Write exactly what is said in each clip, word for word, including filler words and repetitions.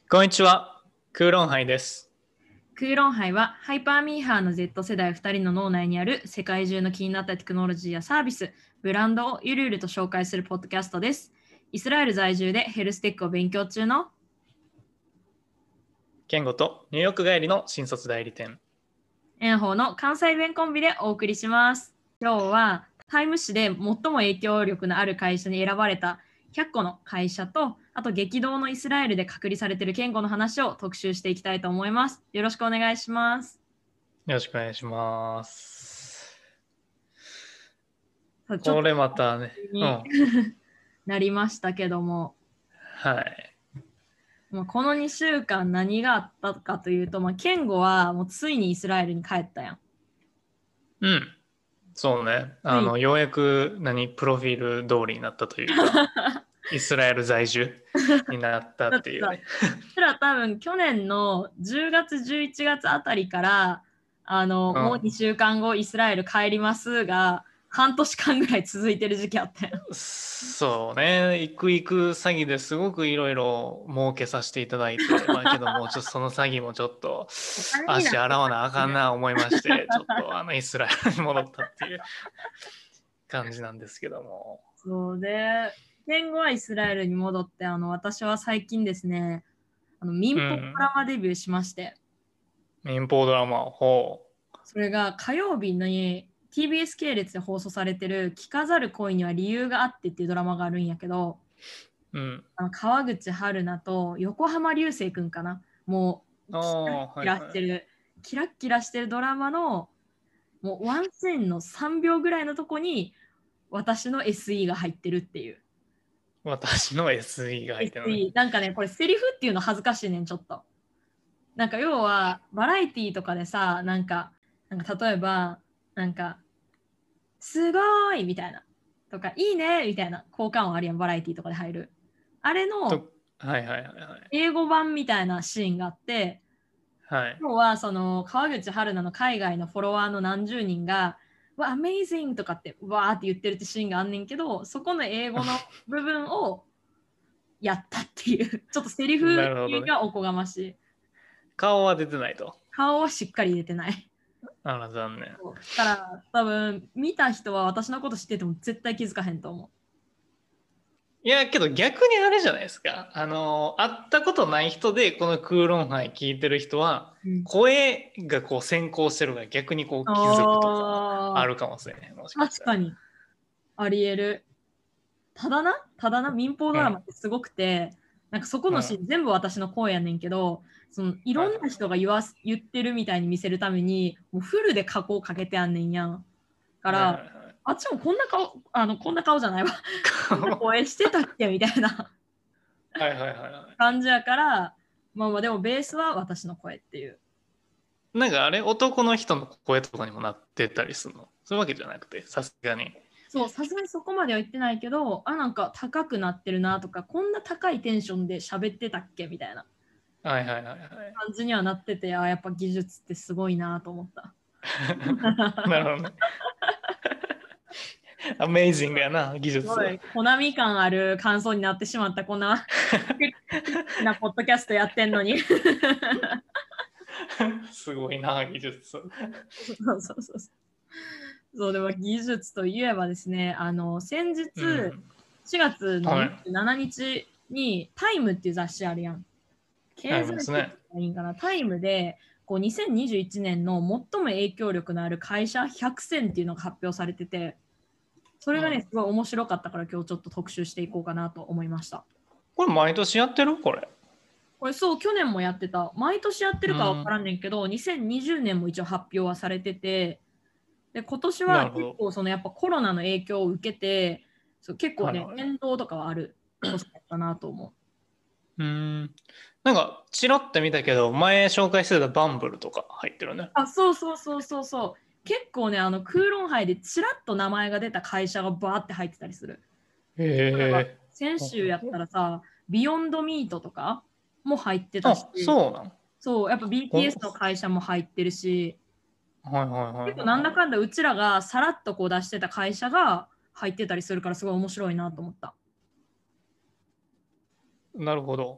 こんにちは、クーロンハイです。 クーロンハイはハイパーミーハーの Z 世代ふたりの脳内にある世界中の気になったテクノロジーやサービス、ブランドをゆるゆると紹介するポッドキャストです。イスラエル在住でヘルステックを勉強中のケンゴとニューヨーク帰りの新卒代理店。 炎鵬の関西弁コンビでお送りします。今日はタイム誌で最も影響力のある会社に選ばれたひゃっこの会社と、あと激動のイスラエルで隔離されているケンゴの話を特集していきたいと思います。よろしくお願いします。 よろしくお願いします。 ちょっとこれまたね、 にうん、 なりましたけども、 はい。 まあ、このにしゅうかん何があったかというと、まあ、ケンゴはもうついにイスラエルに帰ったやん。 うん、そうね。 ついあの、ようやく何、プロフィール通りになったというか、イスラエル在住になっただってさ、 っていうね。 それは多分去年のじゅうがつ、じゅういちがつあたりから、あの、もううん、 にしゅうかんごイスラエル帰りますが、半年間ぐらい続いてる時期あったやん。 そうね。行く行く詐欺ですごくいろいろ儲けさせていただいて、まあけどもうちょっとその詐欺もちょっとお金になって足洗わなあかんたね。 な思いまして、ちょっとあのイスラエルに戻ったっていう感じなんですけども。 そうで、ケンゴはイスラエルに戻って、あの、私は最近ですね、あの民放ドうん。 ラマデビューしまして、 民放ドラマ、ほそれが火曜日に ティービーエス 系列で放送されてる「着飾る恋には理由があって」っていうドラマがあるんやけど、 う。うん。 あの川口春奈と横浜流星くんかな、もうああ、 キラッキラはいはい。 してるキラッキラしてるドラマのもうワンシーンのさんびょうぐらいのとこに私の エスイー が入ってるっていう。 私の エスイー が入ってるのね。 エスイー なんかね、これセリフっていうの恥ずかしいねんちょっと。なんか要はバラエティーとかでさ、なんかなんか例えばなんかすごいみたいなとかいいねみたいな効果音あるやん、バラエティとかで入るあれのと、はいはいはいはい。 英語版みたいなシーンがあって、 はい。 今日はその川口春奈の海外のフォロワーの何十人がわ、アメイジングとかってわーって言ってるってシーンがあんねんけど、そこの英語の部分をやったっていうちょっとセリフなるほどね。 がおこがましい。 顔は出てないと。 顔はしっかり入れてない。 あら、残念。 だから多分見た人は私のこと知ってても絶対気づかへんと思う。 いや、けど逆にあれじゃないですか。あの、会ったことない人で、このクーロンハイ聞いてる人は、 うん、 声がこう先行してるから逆にこう気づくとかああるかもしれない。もしー、 かしたら。 確かにありえる。ただな、ただな、民放ドラマうん。 ってすごくて、なんかそこうん。はのシーン全部私の声やねんけど、そのいいはいろんな人が言わす言ってるみたいに見せるために、もうフルで加工かけてあんねんやん。かはい。はいら、 はいはい。 あっちもこんな顔、あの、こんな顔じゃないわ。こんな顔声してたっけみたいなはいはいはいはい。 感じやから、まあまあでもベースは私の声っていう。 なんかあれ、男の人の声とかにもなってたりするの？そういうわけじゃなくて、さすがに。 そう、さすがにそこまでは言ってないけど、あ、なんか高くなってるなとか、こんな高いテンションで喋ってたっけみたいなはいはいはいはい。 感じにはなってて、あ、やっぱ技術ってすごいなと思った。 なるほどね。アメイジングやな、技術は。 すごい、コナミ感ある感想になってしまった、こんななポッドキャストやってんのに。 すごいな、技術。 そうそうそうそう。そうでも技術といえばですね、あの先日うん。 しがつのはい。 にじゅうしちにちにタイムっていう雑誌あるやん。 あ経済誌ってりますね。 いいんかな、タイムでこうにせんにじゅういちねんの最も影響力のある会社ひゃくせんっていうのが発表されてて、それがね、 うん。 すごい面白かったから今日ちょっと特集していこうかなと思いました。 これ毎年やってるこれ？ これそう、去年もやってた。毎年やってるかは分かうん。 らんねんけど、にせんにじゅうねんも一応発表はされてて、で今年は結なるほど。 構そのやっぱコロナの影響を受けて、そう結構ね、 はいはい。 変動とかはある年だったなと思う。 うん。なんか、チラッと見たけど、前紹介してたバンブルとか入ってるね。 あ、そうそうそうそうそう。結構ね、あの、クーロンハイでちらっと名前が出た会社がバーって入ってたりする。 へ例えば、 え。 先週やったらさ、ビヨンドミートとかも入ってたし、 あ、そうなん。 そう、やっぱほんビーティーエス の会社も入ってるし、 はいはいはい結構なんだはかんだうちらがさらっとこう出してた会社が入ってたりするからすごい面白いなと思った。 い。なるほど。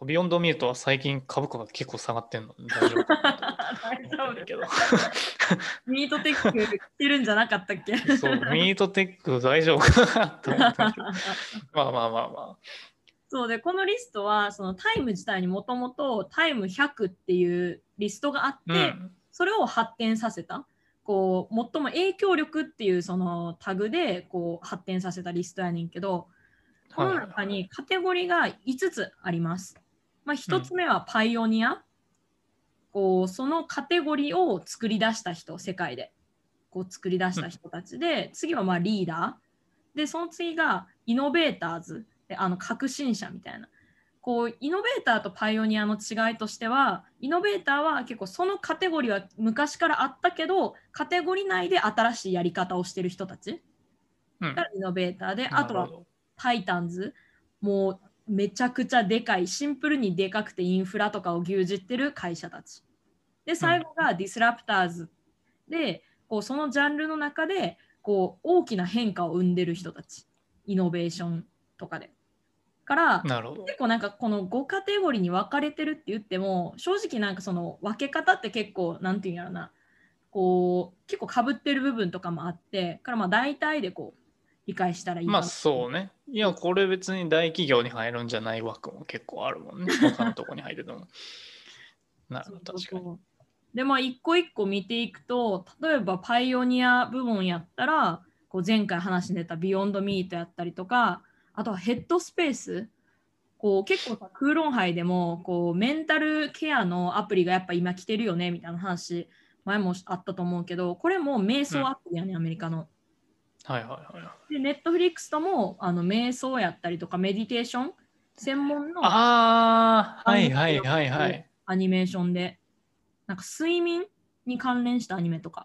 ビヨンドミートは最近株価が結構下がってんの大丈夫かな大丈夫だけどミートテック来てるんじゃなかったっけ？ そうミートテック大丈夫かなと思ったけどまあまあまあまあそうで、このリストはそのタイム自体にもともとタイムひゃくっていうリストがあって、 うん、 それを発展させた、こう最も影響力っていうそのタグでこう発展させたリストやねんけど、この中にカテゴリーがいつつあります。まあ、ひとつめはパイオニア、うん、こうそのカテゴリーを作り出した人、世界でこう作り出した人たちで、次はまあリーダーで、その次がイノベーターズ、あの革新者みたいな。こうイノベーターとパイオニアの違いとしては、イノベーターは結構そのカテゴリーは昔からあったけど、カテゴリー内で新しいやり方をしてる人たちがイノベーターで、うん、あとはタイタンズ、もうめちゃくちゃでかい、シンプルにでかくてインフラとかを牛耳ってる会社たち。で、最後がディスラプターズで、こうそのジャンルの中でこう大きな変化を生んでる人たち、イノベーションとかで。から結構なんかこのごカテゴリーに分かれてるって言っても、正直なんかその分け方って結構なんていうんやろな、こう結構かぶってる部分とかもあって、からまあ大体でこう理解したらいいかな。 まあそうね。いやこれ別に大企業に入るんじゃない枠も結構あるもんね。他のとこに入るのも。なるほど、確かに。 でまあ一個一個見ていくと、例えばパイオニア部門やったらこう前回話に出たビヨンドミートやったりとか、あとはヘッドスペース、こう結構さクーロンハイでもこうメンタルケアのアプリがやっぱ今来てるよねみたいな話前もあったと思うけど、これも瞑想アプリやね、うん、アメリカの。 はいはいはい。 でネットフリックスともあの瞑想やったりとかメディテーション専門のああはいはいはいはい。 アニメーションでなんか睡眠に関連したアニメとか。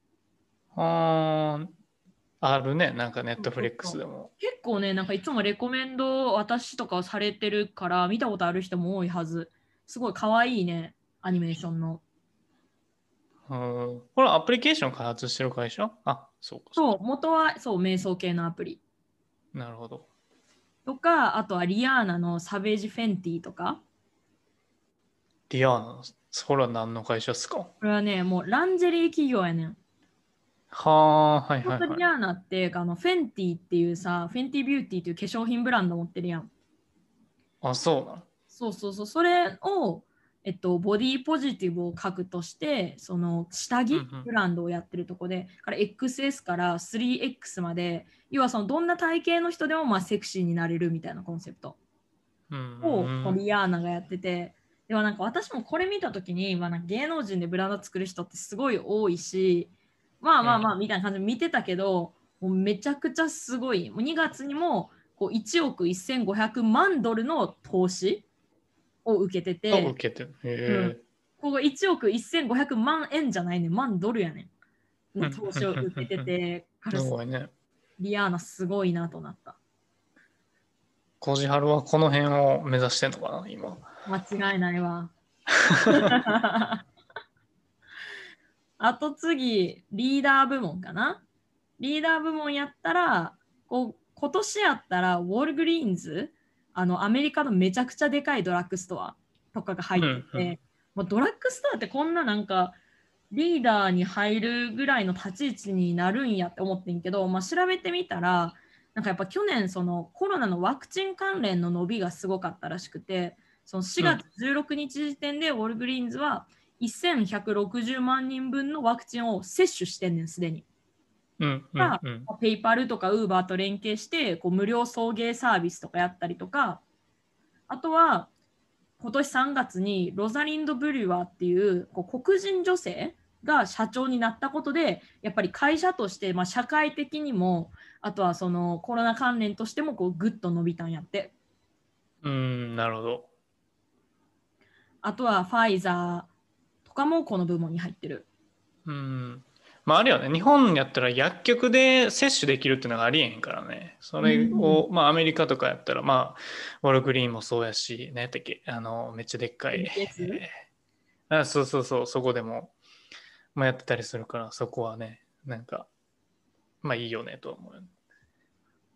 ああるね、なんかネットフリックスでも。 結構ね、なんかいつもレコメンド私とかされてるから見たことある人も多いはず。すごい可愛いね、アニメーションの。 うん。これアプリケーション開発してる会社？あ、そうかそう、元はそう、瞑想系のアプリ。 なるほど。 とか、あとはリアーナのサベージフェンティとか。 リアーナ、それは何の会社ですか？これはね、もうランジェリー企業やねん。 はあ、はいはいはい。 リアーナってあのフェンティっていうさ、フェンティビューティーっていう化粧品ブランド持ってるやん。 あ、そうなの？ そうそうそう、それを、えっと、ボディポジティブを書くとして、その下着、 うんうん、 ブランドをやってるとこで、から エックスエス から スリーエックス まで、要はそのどんな体型の人でもまあセクシーになれるみたいなコンセプトをリアーナがやってて、ではなんか私もこれ見たときに、まあ、なんか芸能人でブランド作る人ってすごい多いし、まあまあまあみたいな感じで見てたけど、もうめちゃくちゃすごい。もうにがつにもこういちおくせんごひゃくまんドルの投資を受けてて、 受けてる。へうん、ここいちおくせんごひゃくまん円じゃないねん、万ドルやねんの投資を受けてて、 すごいね。 リアーナすごいなとなった。 コジハルはこの辺を目指してんのかな、今。 間違いないわ。あと次、リーダー部門かな。リーダー部門やったら、こう今年やったら、ウォルグリーンズ、あのアメリカのめちゃくちゃでかいドラッグストアとかが入ってて、うんうん、もうドラッグストアってこんななんかリーダーに入るぐらいの立ち位置になるんやって思ってんけど、まあ、調べてみたら、なんかやっぱ去年そのコロナのワクチン関連の伸びがすごかったらしくて、そのしがつじゅうろくにち時点でウォルグリーンズはせんひゃくろくじゅうまんにんぶんのワクチンを接種してんねん、すでに。 うんうんうん、 ペイパルとかウーバーと連携してこう無料送迎サービスとかやったりとか、あとは今年さんがつにロザリンド・ブリュワーっていうこう黒人女性が社長になったことで、やっぱり会社として、まあ、社会的にも、あとはそのコロナ関連としてもこうグッと伸びたんやって。 うん、なるほど。 あとはファイザーとかもこの部門に入ってる。 うん。まああれよね、日本やったら薬局で接種できるっていうのがありえへんからね。それを、うん、まあアメリカとかやったら、まあ、ウォルグリーンもそうやし、何やったっけ、あの、めっちゃでっかい。えー、あそうそうそう、そこでも、まあ、やってたりするから、そこはね、なんか、まあいいよねと思う。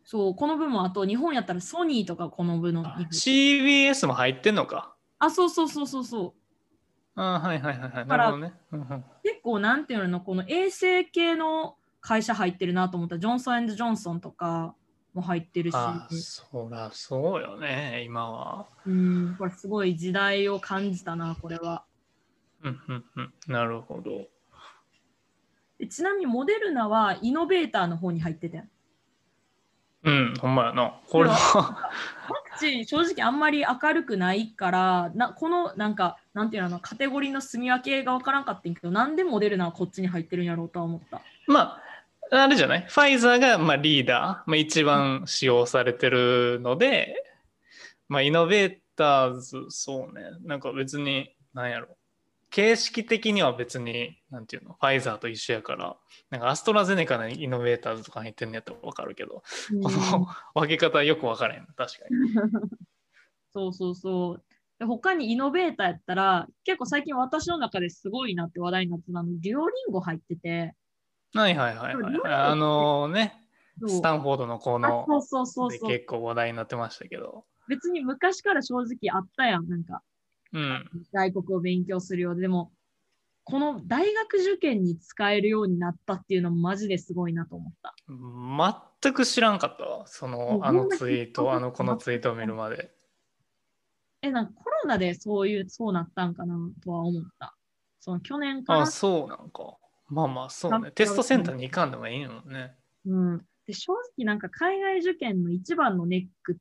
そう、この部もあと日本やったらソニーとかこの部のに。 シービーエス も入ってんのか。 あ、そうそうそうそうそう。 あはいはいはいはい。 だからなるほどね。うんうん、 結構なんていうの、この衛生系の会社入ってるなと思ったら、ジョンソン・エンド・ジョンソンとかも入ってるし、 あそらそうよね、今は。 うん、これすごい時代を感じたな、これは。 うんうんうん。なるほど。 でちなみにモデルナはイノベーターの方に入ってて。 うん、ほんまやな。これでははワクチン正直あんまり明るくないからな、このなんか、なんていうの、カテゴリーの住み分けがわからんかったんけど、なんでモデルナはこっちに入ってるんやろうとは思った。 まあ、あれじゃないファイザーがまあリーダー、まあ、一番使用されてるので、まあ、イノベーターズ、そうね。なんか別に、なんやろ。形式的には別に、なんていうの、ファイザーと一緒やから、なんかアストラゼネカのイノベーターズとか入ってんのやったらわかるけど、この分け方はよくわからへん。確かに。 そうそうそう。で他にイノベーターやったら、結構最近私の中ですごいなって話題になってたの、デュオリンゴ入ってて、 はいはいはいはい。 デュオリンゴあってのね、スそう、 タンフォードのこあ、 のそうそうそうそう。 で結構話題になってましたけど。 別に昔から正直あったやん、なんか、 うん。 外国を勉強するようで、でも、この大学受験に使えるようになったっていうのもマジですごいなと思った。 全く知らんかったわ。その、 もうあのほんまにツイート、あのこのツイートを見るまで。 え、なんかコロナでそういう、そうなったんかなとは思った。その去年かあ、 ら、 そうなんか。まあまあ、そうね。テストセンターうんに行かんでもいいのね。 うん。で、正直なんか海外受験の一番のネックって、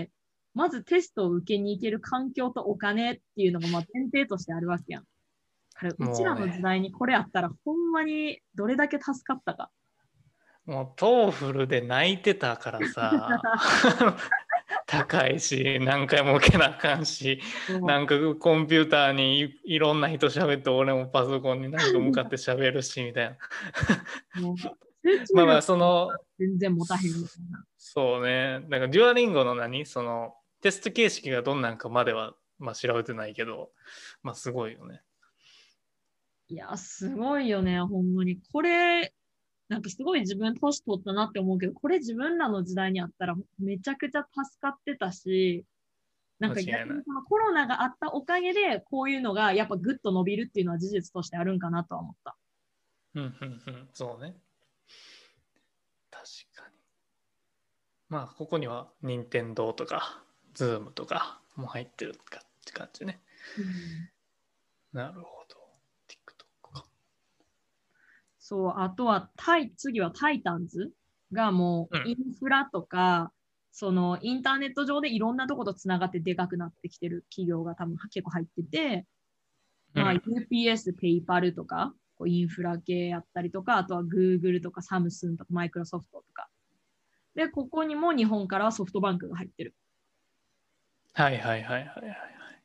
まずテストを受けに行ける環境とお金っていうのがまあ前提としてあるわけやん。だからうちらの時もうね、 代にこれあったらほんまにどれだけ助かったか。 もうトーフルで泣いてたからさ、高いし、何回も受けなあかんし、 そなんかコンピューターにい、いろんな人喋って、俺もパソコンになんか向かって喋るし、みたいな。 うもう集中まあまあ、 力その、 全然持たへんみたいな。 そうね。なんかデュアリンゴの何その、テスト形式がどんなんかまでは、まあ調べてないけど、まあすごいよね。 いや、すごいよね、ほんまに。これ、なんかすごい自分年取ったなって思うけど、これ自分らの時代にあったらめちゃくちゃ助かってたし、なん間か違いない。 逆にそのコロナがあったおかげで、こういうのがやっぱぐっと伸びるっていうのは事実としてあるんかなとは思った。 うんうんうん。そうね。確かに。まあ、ここには任天堂とか、ズームとかも入ってるかって感じね。 うん、 なるほど。TikTok か。 そう、あとはタイ、次はタイタンズがもうイうん。 ンフラとか、そのインターネット上でいろんなとことつながってでかくなってきてる企業が多分結構入ってて、まあ、 うん。 ユーピーエス、ペイパルとか、こうインフラ系やったりとか、あとは Google とかサムスンとかマイクロソフトとか。で、ここにも日本からはソフトバンクが入ってる。 はいはいはいはいはいはい。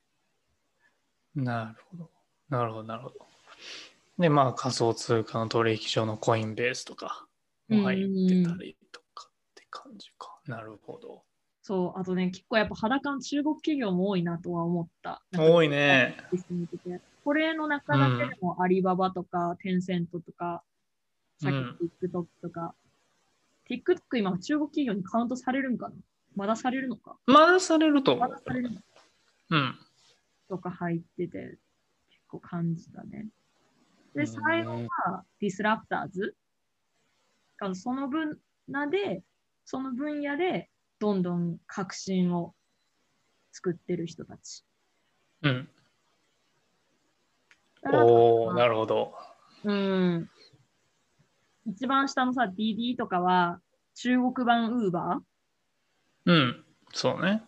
なるほど。なるほどなるほど。で、まあ仮想通貨の取引所のコインベースとかうも入ってたん。 りとかって感じか。なるほど。 そう、あとね、結構やっぱ裸の中国企業も多いなとは思った。なんか、 多いね。 見ててこれの中だけでうん。 もアリババとか、テンセントとか、さっきのうん。 TikTok とか、TikTok 今中国企業にカウントされるんかなまだされるのかまだされるとま思うけどね。 だされるのうん。 とか入ってて、結構感じたね。 うで、最後ん。 がディスラプターズ。その分野で、その分野でどんどん革新を作ってる人たち。 うん。 だおー、なるほど。 うん。一番下のさ、ディディとかは中国版ウーバーうん。そうね。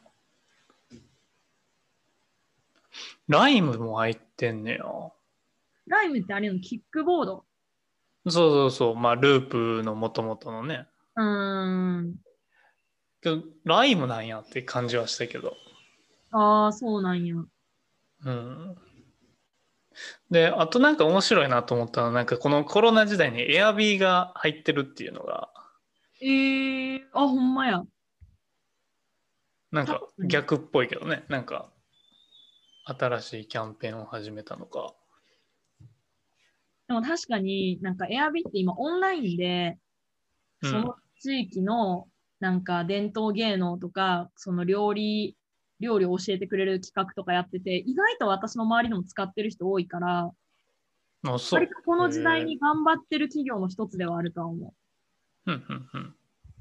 ライムも入ってんねや。 ライムってあれのキックボード。 そうそうそう。まあ、ループの元々のね。 うーん。 けど、ライムなんやって感じはしたけど。 ああ、そうなんや。 うん。で、あとなんか面白いなと思ったのは、なんかこのコロナ時代にエアビーが入ってるっていうのが、 えー、あ、ほんまや。 なんか確かに。 逆っぽいけどね。なんか新しいキャンペーンを始めたのか。 でも確かになんかエアビって今オンラインで、 うん。 その地域のなんか伝統芸能とか、その料理、料理を教えてくれる企画とかやってて、意外と私の周りでも使ってる人多いから、 あ、そ割とこう。 の時代へえ。 に頑張ってる企業の一つではあるとは思うんうんうん。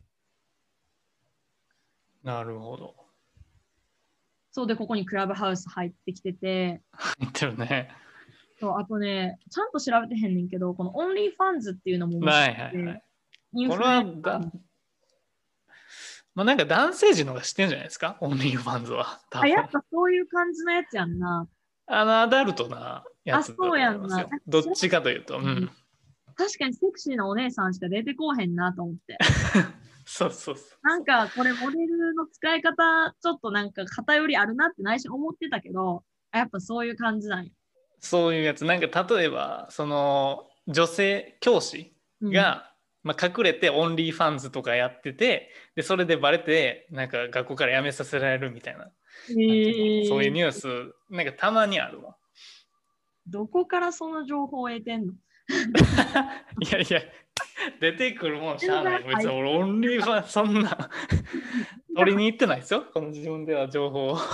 なるほど。 う。そうで、ここにクラブハウス入ってきてて、 言ってるね。 そう、あとね、ちゃんと調べてへんねんけど、このオンリーファンズっていうのも面白はいくて、 はいはい。 インこれフルエンサーはだ、 の、 まあなんか男性陣の方が知ってんじゃないですか、オンリーファンズは。多あ、やっ分。 ぱそういう感じのやつやんな。 あの、アダルトなやあ、 つだとそうやんな。 思いますよ。どっちかというと。うん。 確かにセクシーなお姉さんしか出てこうへんなと思って。 そうそうそうそう。 なんかこれモデルの使い方ちょっとなんか偏りあるなって内心思ってたけど、あやっぱそういう感じなんや。 そういうやつ。なんか例えば、その、女性教師うん。 が、まあ、隠れてオンリーファンズとかやってて、で、それでバレて、なんか学校から辞めさせられるみたいな、なんていうの、そういうえー、 ニュース、なんかたまにあるわ。 どこからその情報を得てんの？ いやいや、出てくるもんしゃ全然あない。別入っに俺オンリーファン、そんな取りに行ってないですよ。この自分では情報を。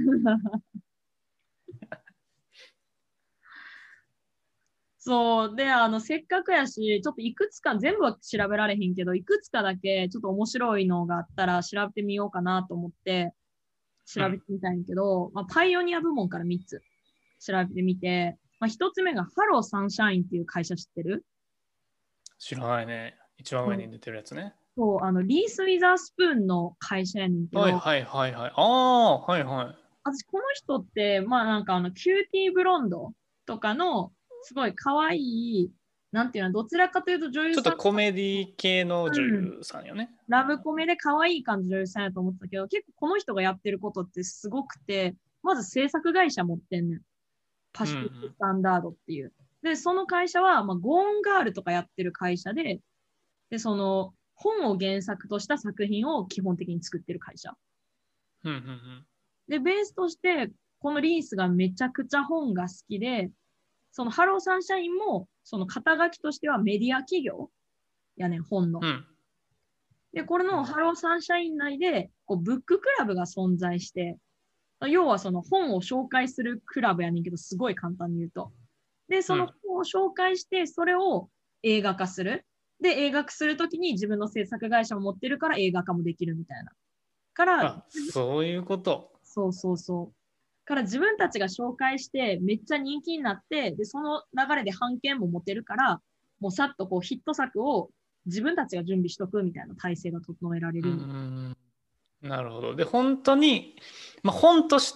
そう。で、あの、せっかくやし、ちょっといくつか、全部は調べられへんけど、いくつかだけちょっと面白いのがあったら調べてみようかなと思って調うん。 べてみたいんやけど、まあ、パイオニア部門からみっつ調べてみて、まあ、ひとつめがハローサンシャインっていう会社知ってる？ 知らないね。一番上に出てるやつね。 そう、あの、リース・ウィザースプーンの会社やねんけど、 はいはいはいはい。ああ、はいはい。 私、この人って、まあなんかあの、キューティーブロンドとかの、すごい可愛い、なんていうの、どちらかというと女優さん、 ちょっとコメディ系の女うん、 優さんよね。 ラブコメで可愛い感じの女優さんやと思ってたけど、結構この人がやってることってすごくて、まず制作会社持ってんねん。パうんうシフィックん。 スタンダードっていう。で、その会社は、まあ、ゴーンガールとかやってる会社で、で、その、本を原作とした作品を基本的に作ってる会社。 うんうんうん。 で、ベースとして、このリースがめちゃくちゃ本が好きで、そのハローサンシャインも、その肩書きとしてはメディア企業やねん、本の。 うん。 で、これのハローサンシャイン内で、こうブッククラブが存在して、要はその本を紹介するクラブやねんけど、すごい簡単に言うと。で、そのうん。 本を紹介して、それを映画化する。で、映画化するときに自分の制作会社を持ってるから映画化もできるみたいな。から、 あ、そういうこと。 そうそうそう。から自分たちが紹介してめっちゃ人気になって、で、その流れで版権も持てるから、もうさっとこうヒット作を自分たちが準備しとくみたいな体制が整えられうる。 ん。なるほど。で、本当に、まあ、本として、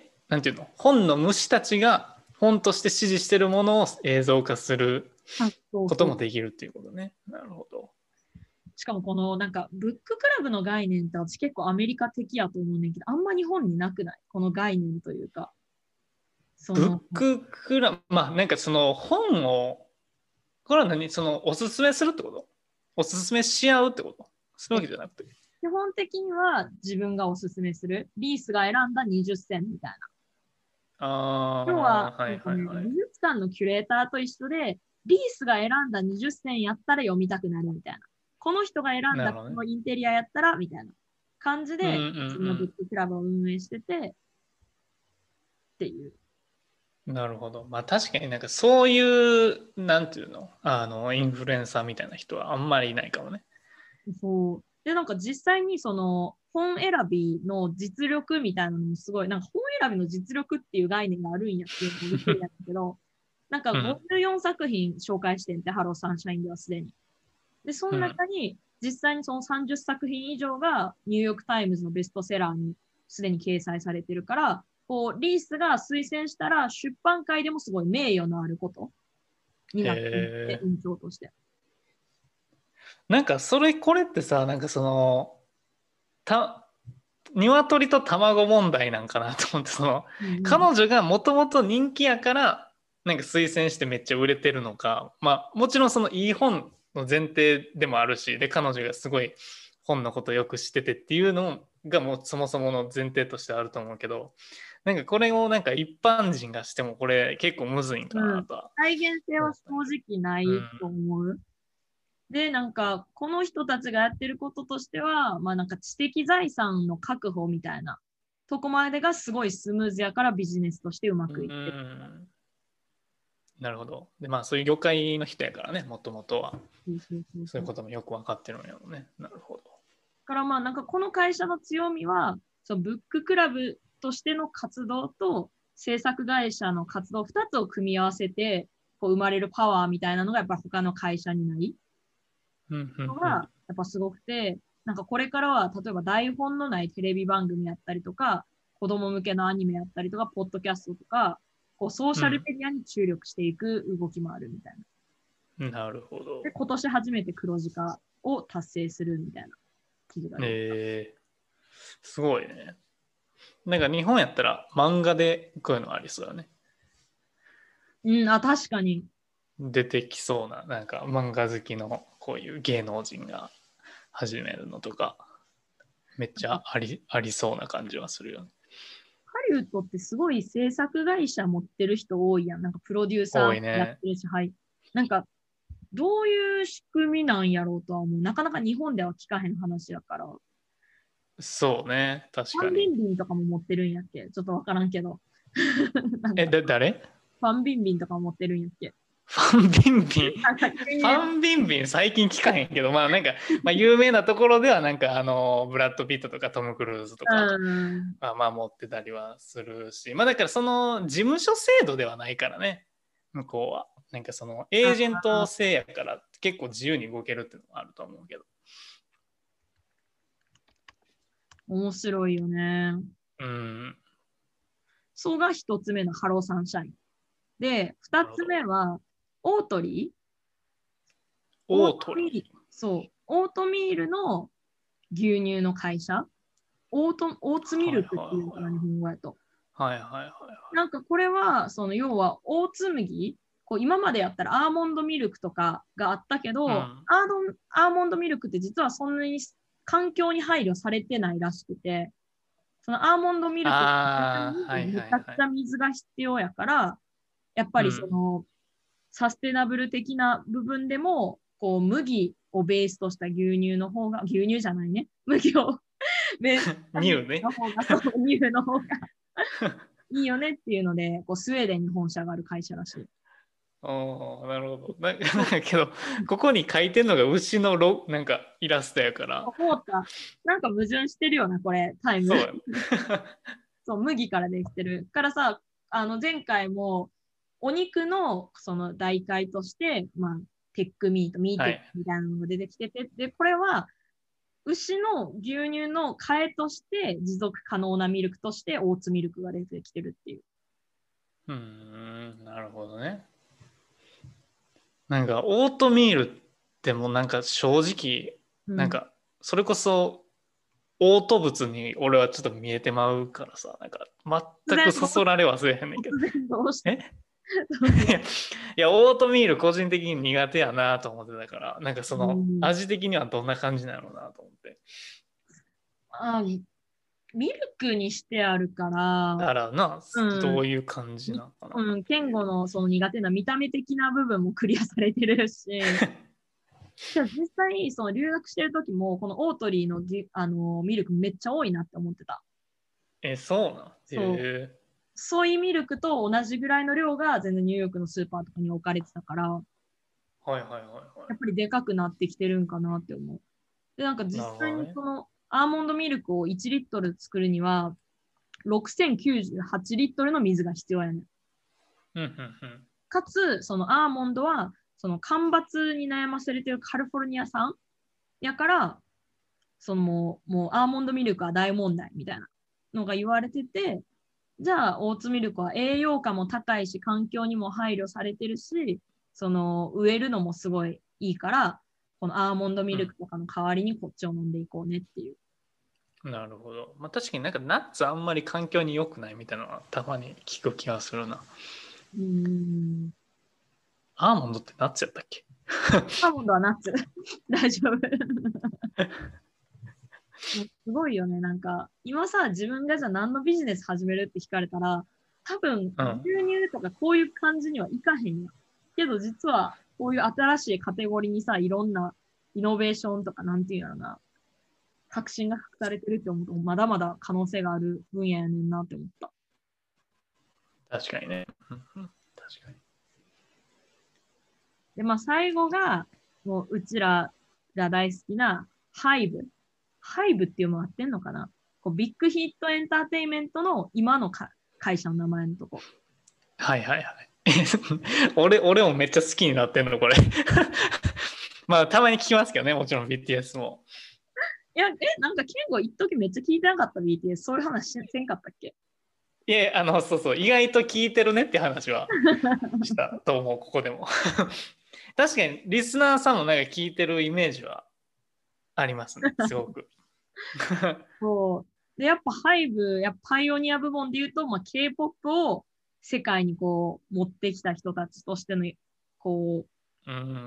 なんていうの、本の虫たちが本として支持しているものを映像化するあ、そうこともそう。 できるっていうことね。なるほど。 しかもこのなんかブッククラブの概念って私結構アメリカ的やと思うねんけど、あんま日本になくない？この概念というか。そブッの、 ククラブ、まあなんかその本を、これは何そのおすすめするってこと？おすすめし合うってこと？そういうわけじゃなくて。 基本的には自分がおすすめする。リースが選んだにじゅっせんみたいな。 あ要は、 あ、はいなんかね、 はいはい。 美術館のキュレーターと一緒で、リースが選んだにじゅっせんやったら読みたくなるみたいな。この人が選んだこなるほどね。 のインテリアやったらみたいな感じうんうんで、自分のブッククラブを運営しててっていう。 うん。なるほど。まあ確かになんかそういう、なんていうの、あの、インフルエンサーみたいな人はあんまりいないかもね。 そう。で、なんか実際にその本選びの実力みたいなのもすごい、なんか本選びの実力っていう概念があるんやっていうのをびっくりやったけど、なんかうん。 ごじゅうよんさく品紹介してんて、ハローサンシャインではすでに。で、そのうん。 中に実際にそのさんじゅっさく品以上がニューヨークタイムズのベストセラーにすでに掲載されてるから、こう、リースが推薦したら出版界でもすごい名誉のあることにへなっていて、 え。 印象として。 なんかそれ、これってさ、なんかその、た、鶏と卵問題なんかなと思って、その、 うんうん。 彼女がもともと人気やから、なんか推薦してめっちゃ売れてるのか、まあ、もちろんそのいい本の前提でもあるし、で、彼女がすごい本のことをよく知っててっていうのがもうそもそもの前提としてあると思うけど、なんかこれをなんか一般人がしてもこれ結構むずいんかうん。 なとは再現性は正思ったけど。 直ないとうん。 思う。 で、なんか、この人たちがやってることとしては、まあなんか知的財産の確保みたいなとこまでがすごいスムーズやからビジネスとしてうまうくいってる。 ん。なるほど。で、まあそういう業界の人やからね、もともとは。 そうそうそうそう。 そういうこともよく分かってるんやろうね。なるほど。 だからまあなんかこの会社の強みは、そうブッククラブとしての活動と制作会社の活動ふたつを組み合わせてこう生まれるパワーみたいなのがやっぱ他の会社にないうんうんのがやっぱすごくて、なんかこれからは例えば台本のないテレビ番組やったりとか、子供向けのアニメやったりとか、ポッドキャストとか、こうソーシャルメディアに注力していく動きもあるみたいな。 うん。なるほど。 で、今年初めて黒字化を達成するみたいな記事がある。 えー、すごいね。なんか日本やったら漫画でこういうのありそうだね。 うん、あ、確かに。 出てきそうな、なんか漫画好きのこういう芸能人が始めるのとか、めっちゃあり、ありそうな感じはするよね。 ハリウッドってすごい制作会社持ってる人多いやん。なんかプロデューサー多いね。 やってるし、はい。なんか、どういう仕組みなんやろうとは思う。なかなか日本では聞かへん話やから。 そうね、確ファンビかに。 ンビンとかも持ってるんやっけちょっとわからんけど。なんえ、 か、 だ、誰ファンビンビンとかも持ってるんやっけファンビンビン。 なんかファンビンビン最近聞かへんけど、まあなんか、まあ有名なところではなんかあの、ブラッド・ピットとかトム・クルーズとか、 うん。 まあまあ持ってたりはするし、まあだからその事務所制度ではないからね、向こうは。なんかそのエージェント制やから結構自由に動けるっていうのもあると思うけど。 面白いよね。 うん。 そうが一つ目のハローサンシャイン。で、二つ目は、オートリーオートオートリー。 ミール、そう、オートミールの牛乳の会社、オート、オーツミルクっていうのかな、日本語やと。 はいはいはいはい。 なんかこれは、その要は、オーツ麦、こう今までやったらアーモンドミルクとかがあったけど、 うん、 アードアーモンドミルクって実はそんなに環境に配慮されてないらしくて、そのアーモンドミルクああ、はいめちはいはい。 ゃくちゃ水が必要やから、やっぱりその、うん、サステナブル的な部分でも、こう麦をベースとした牛乳の方が、牛乳じゃないね、麦をベースニューね。 の方が、そう、乳の方がいいよねっていうので、こうスウェーデンに本社がある会社らしい。 おー、なるほど。な、なんかけど、ここに書いてんのが牛のロ、なんかイラストやから。 思った。なんか矛盾してるよな、これ、タイム。 そうやね。 そう、麦からできてる。からさ、あの前回もお肉のその代替として、まあ、テックミート、ミーテックみたいなのが出てきてて、はい、で、これは牛の牛乳の替えとして持続可能なミルクとしてオーツミルクが出てきてるっていう。 うーん、なるほどね。なんかオートミールってもうなんか正直、うん、なんかそれこそオート物に俺はちょっと見えてまうからさ、なんか全くそそられはせえへんねんけど。えいや、オートミール個人的に苦手やなと思ってたから、なんかその味的にはどんな感じなのなと思って。 あ、ミルクにしてあるから。 だからな、うん、どういう感じなのかな。 うん、ケンゴのその苦手な見た目的な部分もクリアされてるし。実際、その留学してる時も、このオートリーのぎあのミルクめっちゃ多いなって思ってた。 え、そうなんそう。ソイミルクと同じぐらいの量が全然ニューヨークのスーパーとかに置かれてたから、 はいはいはいはい。 やっぱりでかくなってきてるんかなって思う。で、なんか実際にそのアーモンドミルクをいちリットル作るには、ろくせんきゅうじゅうはちリットルの水が必要やねん。 うんうんうん、 かつ、そのアーモンドは、その干ばつに悩まされてるカリフォルニア産やから、そのもう、もうアーモンドミルクは大問題みたいなのが言われてて、じゃあオーツミルクは栄養価も高いし、環境にも配慮されてるし、その植えるのもすごいいいから、このアーモンドミルクとかの代わりにこっちを飲んでいこうねっていう。 うん、なるほど。まあ確かになんかナッツあんまり環境に良くないみたいなのはたまに聞く気がするな。 うーん。 アーモンドってナッツやったっけ？ アーモンドはナッツ。大丈夫。すごいよね。なんか、今さ、自分がじゃあ何のビジネス始めるって聞かれたら、多分、牛乳とかこういう感じにはいかへんや。けど実は、 こういう新しいカテゴリーにさ、いろんなイノベーションとか、なんていうのな、革新が隠されてるって思うと、まだまだ可能性がある分野やねんなって思った。 確かにね。確かに。 で、まあ最後が、もううちらが大好きなハイブ。ハイブっていうのもあってんのかな、こうビッグヒットエンターテインメントの今のか会社の名前のとこ。 はいはいはい。俺、俺もめっちゃ好きになってんの、これ。まあ、たまに聞きますけどね、もちろん ビーティーエス も。 いや、え、なんか、ケンゴ一時めっちゃ聞いてなかった ビーティーエス。そういう話しせんかったっけ？ いえ、あの、そうそう、意外と聞いてるねって話はしたと思う、ここでも。確かに、リスナーさんもなんか聞いてるイメージはありますね、すごく。 そう。で、やっぱハイブ、やっぱパイオニア部門で言うと、まあ、K-ケーポップ を世界にこう、持ってきた人たちとしての、こう、 うん、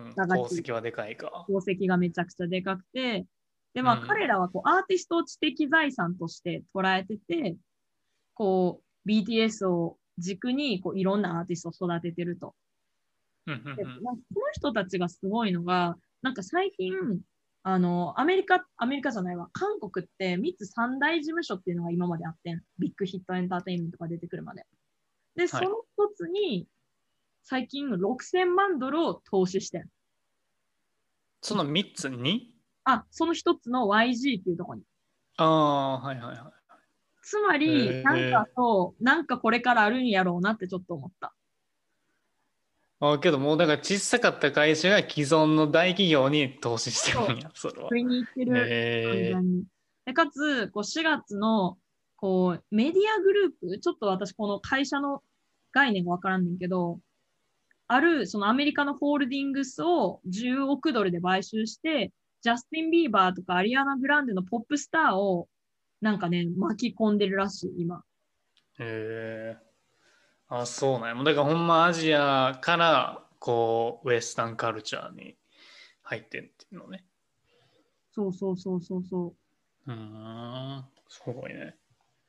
名が功績はでかいか。 功績がめちゃくちゃでかくて、で、まあ、 うん、 彼らはこうアーティストを知的財産として捉えてて、こう、ビーティーエス を軸にこういろんなアーティストを育ててると。 うんうんで、まあ、この人たちがすごいのが、なんか最近、あの、アメリカ、アメリカじゃないわ、韓国ってみっつ三大事務所っていうのが今まであってん。ビッグヒットエンターテインメントが出てくるまで。で、そはい。 の一つに、最近ろくせんまんドルを投資してん。 そのみっつにあ、その一つの ワイジー っていうところに。 ああ、はいはいはつまい。 り、なんへかそう、なんかこれからあるんやろうなってちょっと思った。 あ、けどもうだから小さかった会社が既存の大企業に投資してそう、 るんや、それは。 食いに行ってる、完え全に。で、かつ、こうしがつのこうメディアグループ、ちょっと私この会社の概念がわからんねんけど、あるそのアメリカのホールディングスをじゅうおくドルで買収して、ジャスティン・ビーバーとかアリアナ・グランデのポップスターをなんかね、巻き込んでるらしい、今。 ー、へえ。あ、そうなんや。もうだからほんまアジアからこうウエスタンカルチャーに入ってんっていうのね。 そうそうそうそうそう。 うーん、すごいね。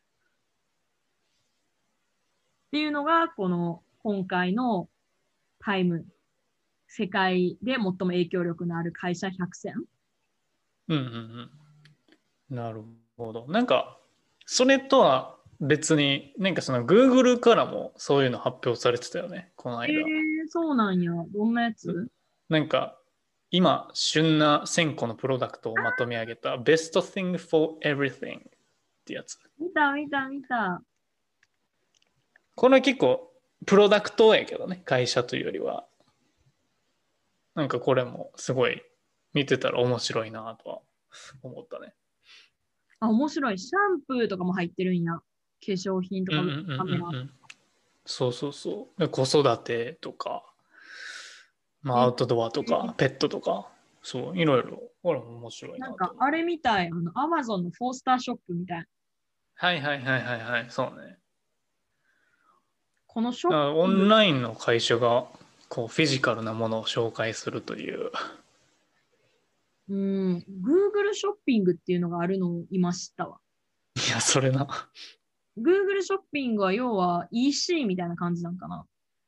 っていうのが、この今回のタイム、世界で最も影響力のある会社ひゃく選。 うんうんうん。なるほど。なんか、それとは別に、なんかその Google からもそういうの発表されてたよね、このえー、 間。 そうなんや。どんなやつ？ なんか、今、旬なせんこのプロダクトをまとめ上げた Best Thing for Everything ってやつ。 見た見た見た。 これは結構、プロダクトやけどね、会社というよりは。なんかこれもすごい見てたら面白いなとは思ったね。 あ、面白い。シャンプーとかも入ってるんや。化粧品とかうんうんうんうんカメラ。 うん。そうそうそう。で子育てとか、まあ、 えアウトドアとか、ペットとか、そう、いろいろ、これも面白いなと思う。 なんかあれみたい。あの、アマゾンのフォースターショップみたい。 はいはいはいはいはい、そうね。 このショッだからオピング、 ンラインの会社がこうフィジカルなものを紹介するという。 うん、Google ショッピングっていうのがあるのを今知ったわ。 いや、それな。 Google ショッピングは要は イーシー みたいな感じなんかな。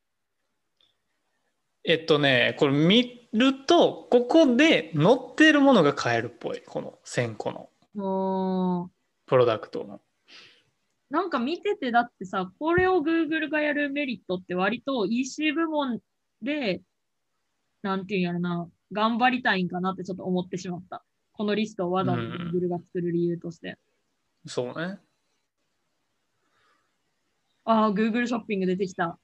えっとね、これ見ると、ここで載ってるものが買えるっぽい。このせんこのもう、 プロダクトの。 なんか見てて、だってさ、これを Google がやるメリットって割と イーシー 部門で、なんていうんやろな、頑張りたいんかなってちょっと思ってしまった。このリストをわざわざうん、 Google が作る理由として。 そうね。 ああ、Google ショッピング出てきた。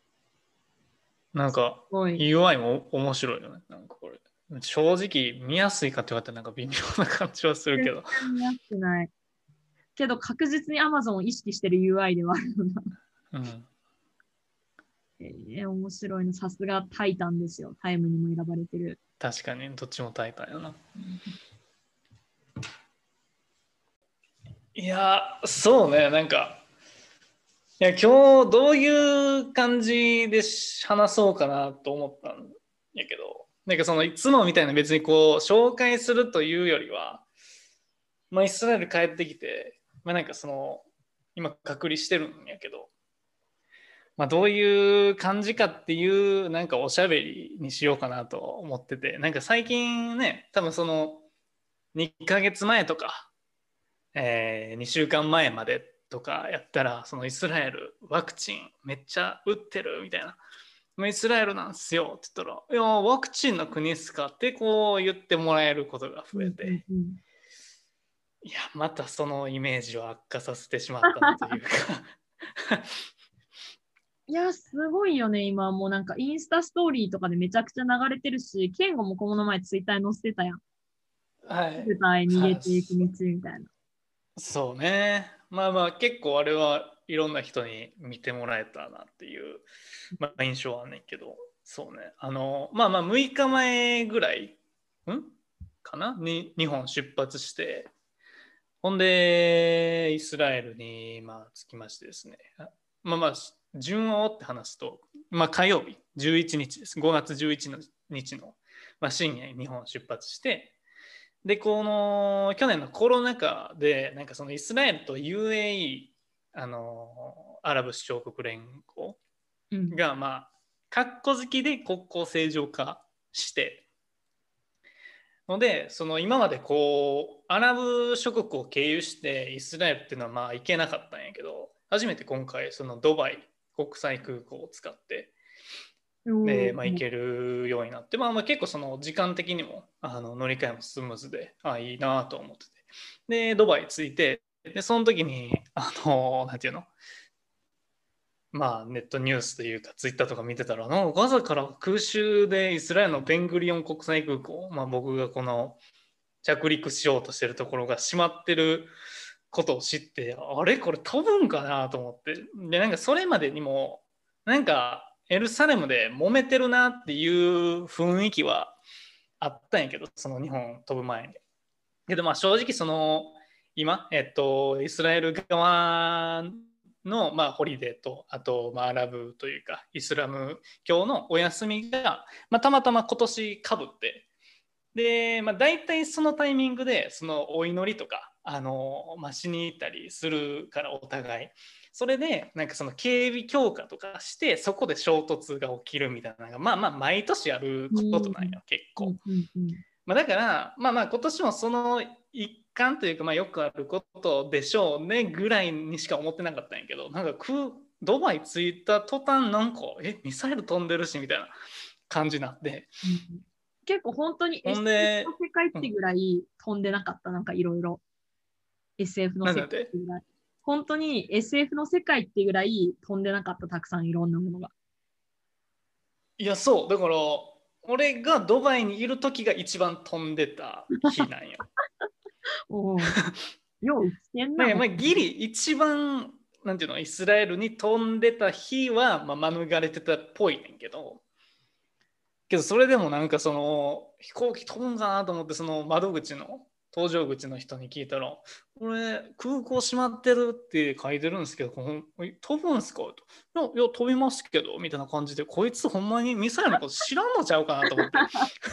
すなんかごい。 ユーアイ も面白いよね。なんかこれ。正直見やすいかって言われたらなんか微妙な感じはする全けど。 然見やすくない。けど確実に Amazon を意識してる ユーアイ ではあるよな。 うん。 えー、面白いの。さすがタイタンですよ。タイムにも選ばれてる。 確かにどっちもタイタンやな。いや、そうね。なんか、いや、今日どういう感じで話そうかなと思ったんやけど、なんかそのいつもみたいな別にこう紹介するというよりは、まあ、イスラエル帰ってきて、まあ、なんかその今隔離してるんやけど、 まあ、どういう感じかっていうなんかおしゃべりにしようかなと思ってて、なんか最近ね、多分そのにかげつまえとか、えー、にしゅうかんまえまでとかやったら、そのイスラエルワクチンめっちゃ打ってるみたいな、もうイスラエルなんすよって言ったら、いやワクチンの国っすかってこう言ってもらえることが増えて、 うんうんうん、 いやまたそのイメージを悪化させてしまったなというかいや、すごいよね、今。もうなんかインスタストーリーとかでめちゃくちゃ流れてるし、ケンゴもこの前ツイッターに載せてたやん。 はい舞台逃げはい、 ていく道みたいな。 そうね。まあまあ結構あれはいろんな人に見てもらえたなっていう、まあ、印象はあんねんけど、そうね。あの、まあまあむいかまえぐらい、んかなに日本出発して、ほんでイスラエルにまあ着きましてですね。まあまあ順を追って話すと、まあ火曜日じゅういちにちです。ごがつじゅういちにちの、まあ、深夜に日本出発して、で、この去年のコロナ禍で、なんかそのイスラエルと ユーエーイー、あのアラブ首長国連合が、まあ、かっこ好きで国交正常化して、ので、その今までこう、アラブ諸国を経由してイスラエルっていうのはまあ行けなかったんやけど、初めて今回、そのドバイ国際空港を使って、で、まあ、行けるようになって、まあ、まあ結構その時間的にもあの乗り換えもスムーズで、あいいなと思ってて。で、ドバイ着いて、で、その時に、あの、なんていうの、まあ、ネットニュースというか、ツイッターとか見てたら、なんかガザから空襲でイスラエルのベングリオン国際空港、まあ、僕がこの着陸しようとしてるところが閉まってることを知って、あれこれ飛ぶんかなと思って。で、なんかそれまでにも、なんか、エルサレムで揉めてるなっていう雰囲気はあったんやけど、その日本飛ぶ前に。けどまあ正直その今、えっと、イスラエル側の、まあ、ホリデーと、あと、まあ、アラブというか、イスラム教のお休みが、まあ、たまたま今年かぶって、で、まあ、大体そのタイミングで、そのお祈りとか、あの、まあ、しに行ったりするから、お互い。それで、なんかその警備強化とかして、そこで衝突が起きるみたいなのが、まあまあ、毎年あることなんよ、結構。まあ、だから、まあまあ、今年もその一環というか、まあ、よくあることでしょうねぐらいにしか思ってなかったんやけど、なんか空ドバイ着いた途端、なんか、え、ミサイル飛んでるしみたいな感じになって。 うん、結構本当にほエスエフんので、 世界ってぐらい飛んでなかった、なんかいろいろ。エスエフ の世界ってぐらい。本当に エスエフ の世界ってぐらい飛んでなかった、たくさんいろんなものが。 いや、そう、だから、俺がドバイにいる時が一番飛んでた日なんよ。 おお。よう危険なね、 もん。 まあ、ギリ一番、なんていうの、イスラエルに飛んでた日は、まあ、免れてたっぽいねんけど、けどそれでもなんかその飛行機飛ぶんかなと思ってその窓口の搭乗口の人に聞いたら「これ空港閉まってるって書いてるんですけどこの飛ぶんすか?」と「いや、いや飛びますけど」みたいな感じでこいつほんまにミサイルのこと知らんのちゃうかなと思って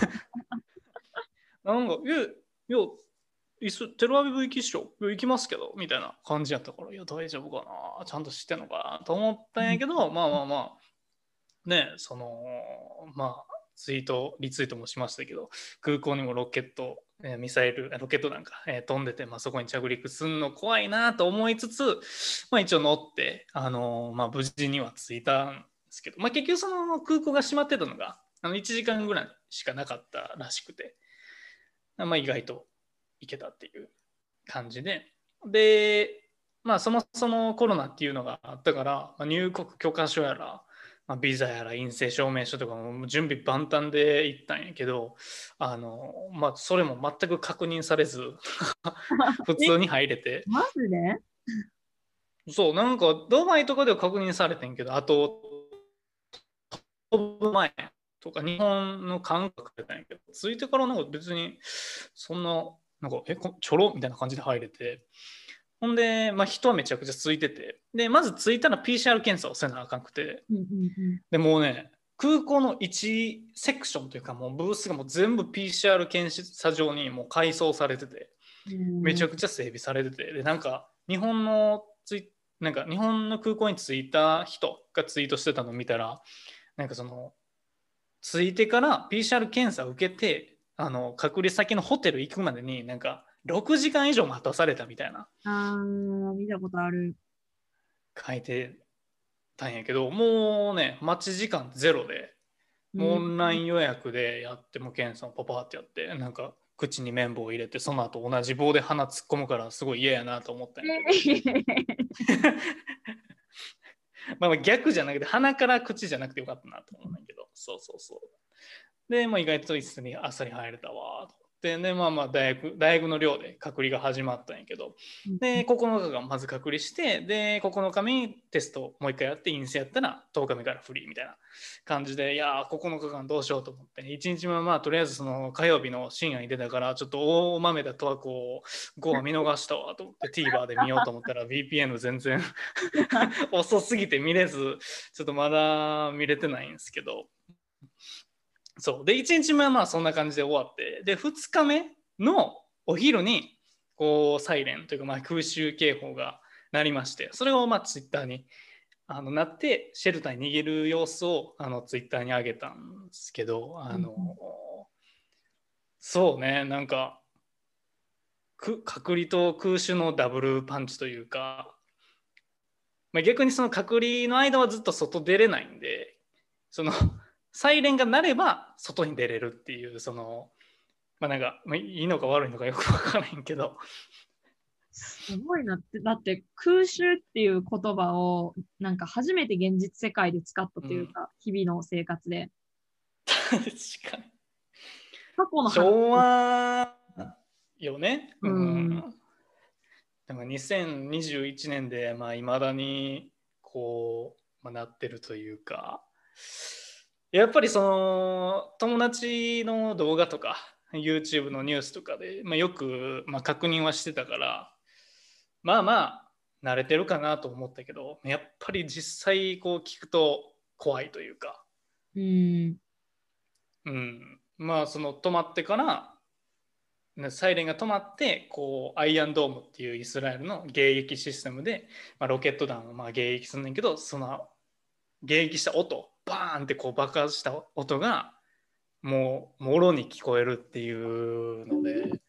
なんか「いや、いやイステルアビブ行きっしょいや行きますけど」みたいな感じやったから「いや大丈夫かなちゃんと知ってんのかな」と思ったんやけど、まあまあまあねそのまあツイート、リツイートもしましたけど、空港にもロケット、えーミサイル、ロケットなんか、えー飛んでて、まあ、そこに着陸するの怖いなと思いつつ、まあ、一応乗って、あのーまあ、無事には着いたんですけど、まあ、結局その空港が閉まってたのが、あのいちじかんぐらいしかなかったらしくて、まあ、意外と行けたっていう感じで、で、まあ、そもそもコロナっていうのがあったから、まあ、入国許可書やら、まあ、ビザやら陰性証明書とかも準備万端で行ったんやけど、あの、まあ、それも全く確認されず普通に入れて。 マジで？ そう、なんかドバイとかでは確認されてんけど、あと、飛ぶ前とか日本の感覚だったんやけど、着いてからなんか別にそんな、なんか、え、ちょろみたいな感じで入れて、ほんで、まあ、人はめちゃくちゃついてて、で、まず着いたら ピーシーアール 検査をせなあかんくて、 うんうんうん、 でもうね、空港のいちセクションというか、もうブースがもう全部 ピーシーアール 検査場にもう改装されてて、めちゃくちゃ整備されてて、で、なんか、日本のツイなんか日本の空港に着いた人がツイートしてたのを見たら、なんかその着いてから ピーシーアール 検査を受けて、あの隔離先のホテル行くまでになんかろくじかん以上待たされたみたいなあー、見たことある。 書いてたんやけど、もうね待ち時間ゼロで、もうオンライン予約でやって、も検査をパパってやって、なんか口に綿棒を入れて、その後同じ棒で鼻突っ込むからすごい嫌やなと思ったんやけどまあ逆じゃなくて鼻から口じゃなくてよかったなと思うんだけど、そうそうそう。で、まあ、意外と一緒に朝に入れたわと。でね、まあまあ大学、大学の寮で隔離が始まったんやけど、で、ここのかがまず隔離して、で、ここのかめにテストをもう一回やって、陰性やったらとおかめからフリーみたいな感じで、いやー、ここのかかんどうしようと思って、ね、いちにちめはまあ、とりあえずその火曜日の深夜に出たから、ちょっと大豆田十和子をごわ見逃したわと思って、TVer で見ようと思ったら、ブイピーエヌ 全然遅すぎて見れず、ちょっとまだ見れてないんですけど、そうでいちにちめはまあそんな感じで終わって、でふつかめのお昼にこうサイレンというかまあ空襲警報が鳴りまして、それをまあツイッターにあのなってシェルターに逃げる様子をあのツイッターに上げたんですけど、あの、うん、そうね、なんかく隔離と空襲のダブルパンチというか、まあ、逆にその隔離の間はずっと外出れないんで、そのサイレンが鳴れば外に出れるっていう、そのまあなんか、まあ、いいのか悪いのかよく分からへんけど、 すごいなって。だって空襲っていう言葉をなんか初めて現実世界で使ったというか、うん、日々の生活で。 確かに過去の昭和よね、 うん、うん、 でもにせんにじゅういちねんでまあ未だにこう、まあ、なってるというか、やっぱりその友達の動画とか YouTube のニュースとかで、まあ、よく、まあ、確認はしてたから、まあまあ慣れてるかなと思ったけど、やっぱり実際こう聞くと怖いというか、 うん、 うん、まあその止まってからサイレンが止まってこうアイアンドームっていうイスラエルの迎撃システムで、まあ、ロケット弾をまあ迎撃するんだけど、その迎撃した音バーンってこう爆発した音がもうもろに聞こえるっていうので、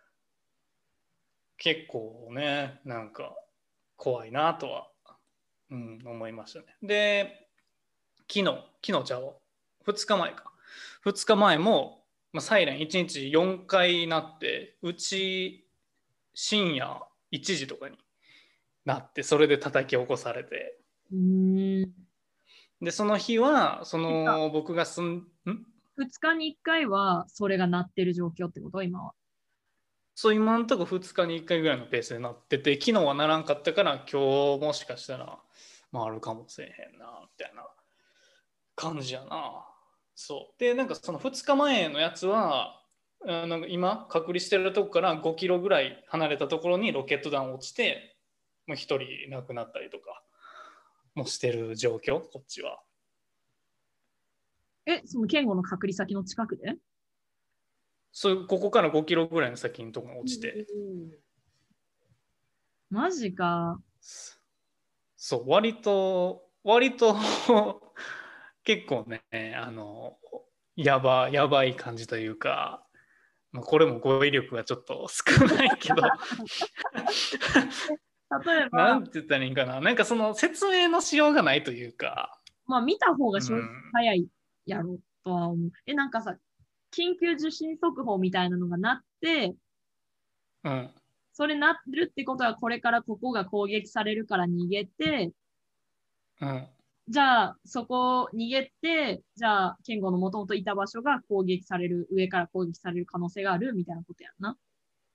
結構ねなんか怖いなとは、うん、思いましたね。で昨日昨日ちゃうふつかまえかふつかまえも、まあ、サイレンいちにちよんかい鳴って、うち深夜いちじとかになって、それで叩き起こされて、 うーん、 でその日はその僕が住んんふつかにいっかいはそれが鳴ってる状況ってこと？今は。 そう、今のところふつかにいっかいぐらいのペースでなってて、昨日はならんかったから今日もしかしたら回るかもしれへんなみたいな感じやな。そうで、なんかそのふつかまえのやつはなんか今隔離してるとこからごキロぐらい離れたところにロケット弾落ちて、もうひとり亡くなったりとかもしてる状況、こっちは。 え、その健吾の隔離先の近くで？ そうここからごキロぐらいの先のところに落ちて、 マジか。 そう割と割と結構ね、あのやばやばい感じというか、まあ、これも語彙力がちょっと少ないけど例えばなんて言ったらいいかな、なんかその説明のしようがないというか、 まあ見た方が正直早いやろとは思う。うん、え、なんかさ、緊急受信速報みたいなのが鳴って、 うん、 それ鳴るってことはこれからここが攻撃されるから逃げて、 うん、 じゃあそこ逃げて、じゃあ健吾のもともといた場所が攻撃される、上から攻撃される可能性があるみたいなことやんな。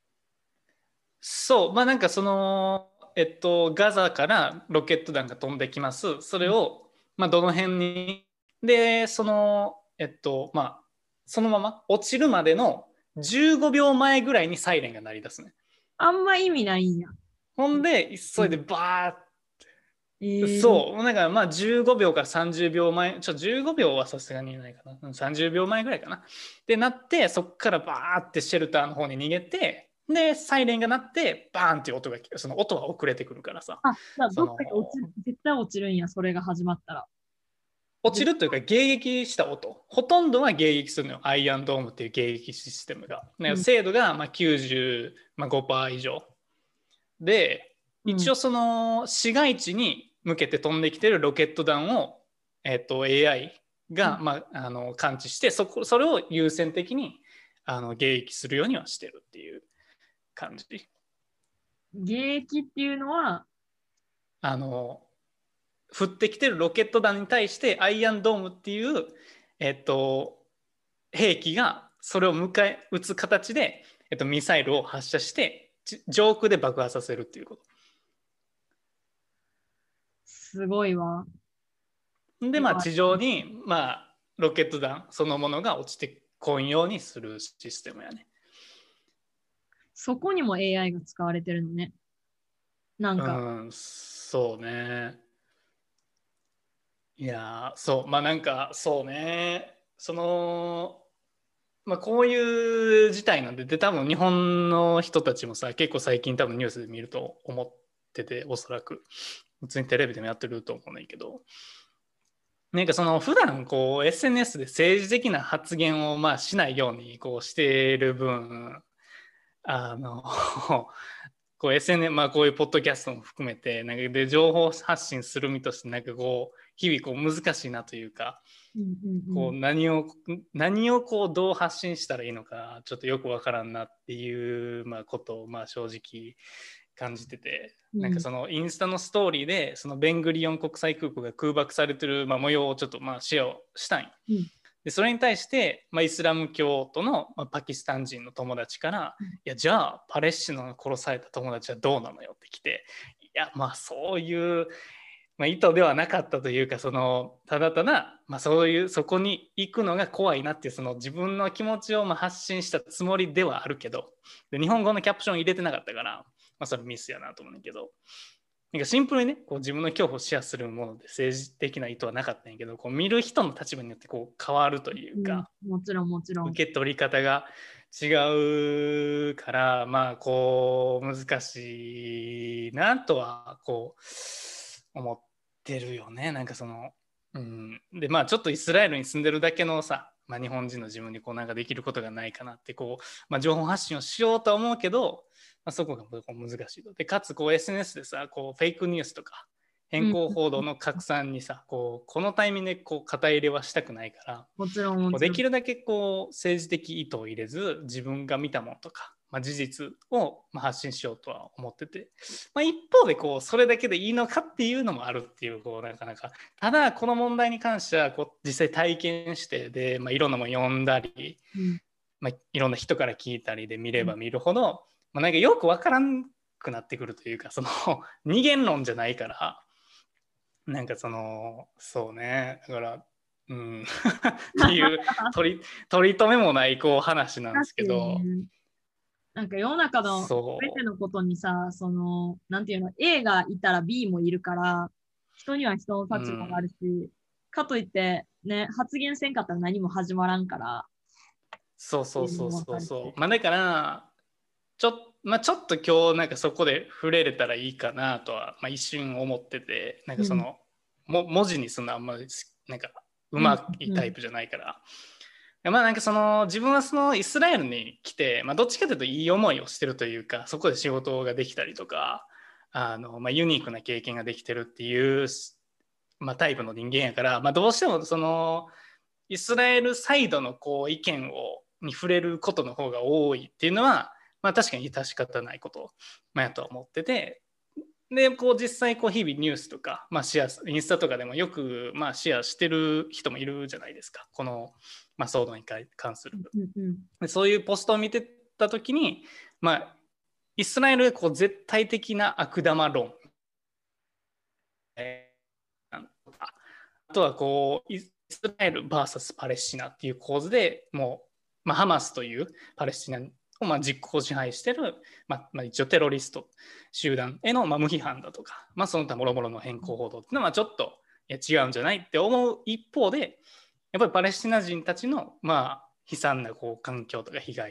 そう、まあなんかそのえっとガザからロケット弾が飛んできます。それを、まあ、どの辺にでそのえっとまあそのまま落ちるまでのじゅうごびょうまえぐらいにサイレンが鳴り出すね。 あんま意味ないんや。 ほんで急いでバーって、 えー、 そうだからまあじゅうごびょうからさんじゅうびょうまえ、ちょじゅうごびょうはさすがにないかな、さんじゅうびょうまえぐらいかなってなって、そっからバーってシェルターの方に逃げて、 でサイレンが鳴ってバーンっていう音がその音は遅れてくるからさ、 あ、だからそのどっかに落ちる、絶対落ちるんや、それが始まったら。 落ちるというか迎撃した音、ほとんどは迎撃するのよ、アイアンドームっていう迎撃システムが、ね、 うん精度がまあ きゅうじゅうごパーセント 以上で、一応その市街地に向けて飛んできてるロケット弾を、えっと、エーアイが、 うんまあ、あの感知してそこそれを優先的にあの迎撃するようにはしてるっていう感じ。 迎撃っていうのは、 あの降ってきてるロケット弾に対してアイアンドームっていう、えっと、兵器がそれを迎え撃つ形で、えっと、ミサイルを発射して上空で爆破させるっていうことすごいわ。 で、まあ、地上に、まあ、ロケット弾そのものが落ちてこんようにするシステムやね。 そこにも エーアイ が使われてるのね。なんか。 うん、そうね。いや、そう、まあなんか、そうね。その、まあこういう事態なんで、で、多分日本の人たちもさ、結構最近多分ニュースで見ると思ってて、おそらく、普通にテレビでもやってると思うんだけど、なんかその普段こう エスエヌエス で政治的な発言をまあしないようにこうしている分、あのこう エスエヌエス、まあこういうポッドキャストも含めてなんかで情報発信する身としてなんかこう日々こう難しいなというか、 うんうんうん、 こう何を何をこうどう発信したらいいのかちょっとよくわからんなっていうまあことをまあ正直感じてて、なんかそのインスタのストーリーでそのベングリオン国際空港が空爆されてるまあ模様をちょっとまあシェアをしたんよ。 うん、 でそれに対して、まあ、イスラム教徒の、まあ、パキスタン人の友達から、 うん、 いやじゃあパレスチナが殺された友達はどうなのよって来て、いやまあそういう、まあ、意図ではなかったというか、そのただただ、まあ、そういうそこに行くのが怖いなっていうその自分の気持ちをまあ発信したつもりではあるけど、で日本語のキャプション入れてなかったから、まあ、それミスやなと思うんだけど、なんかシンプルにねこう自分の恐怖をシェアするもので政治的な意図はなかったんやけど、こう見る人の立場によってこう変わるというか、 うん、もちろんもちろん受け取り方が違うから、まあこう難しいなとはこう思ってるよね。なんかその、うん、でまあちょっとイスラエルに住んでるだけのさ、まあ、日本人の自分にこうなんかできることがないかなってこう、まあ、情報発信をしようとは思うけど、まあ、そこが難しいと。でかつこう エスエヌエス でさこうフェイクニュースとか変更報道の拡散にさ、こうこのタイミングでこう肩入れはしたくないから、 もちろんもちろんできるだけこう政治的意図を入れず自分が見たものとか、まあ、事実をまあ発信しようとは思ってて、まあ、一方でこうそれだけでいいのかっていうのもあるっていう、こうなかなかただこの問題に関してはこう実際体験してで、まあ、いろんなもの読んだり、 うんまあ、いろんな人から聞いたりで見れば見るほど、まあ、なんかよくわからんくなってくるというか、その二元論じゃないから、なんかそのそうね、だからうんっていう取り取り留めもないこう話なんですけど、 なんか世の中の全てのことにさ、そのなんていうの A がいたら B もいるから、人には人の立場があるし、うん、かといってね発言せんかったら何も始まらんから。 そうそうそうそうそう。まあだからちょ,、まあ、ちょっと今日なんかそこで触れれたらいいかなとは、まあ、一瞬思ってて、なんかその、うん、も文字にするのはあんまりなんかうまいタイプじゃないから、うんうん、まあなんかその自分はそのイスラエルに来て、まあ、どっちかというといい思いをしてるというか、そこで仕事ができたりとか、あの、まあ、ユニークな経験ができてるっていう、まあ、タイプの人間やから、まあ、どうしてもそのイスラエルサイドのこう意見をに触れることの方が多いっていうのは、まあ、確かに致し方ないこと、まあ、やと思ってて、でこう実際こう日々ニュースとか、まあ、シェアインスタとかでもよくまあシェアしてる人もいるじゃないですか、このまあ騒動に関する、 うんうん、 そういうポストを見てた時に、まあ、イスラエルでこう絶対的な悪玉論、えー、あとはこうイスラエル ブイエス パレスチナっていう構図でもう、まあ、ハマスというパレスチナをまあ実効支配してる、まあ、まあ一応テロリスト集団へのまあ無批判だとか、まあ、その他もろもろの変更報道っていうのはちょっといや違うんじゃないって思う一方で、やっぱりパレスチナ人たちのまあ悲惨なこう環境とか被害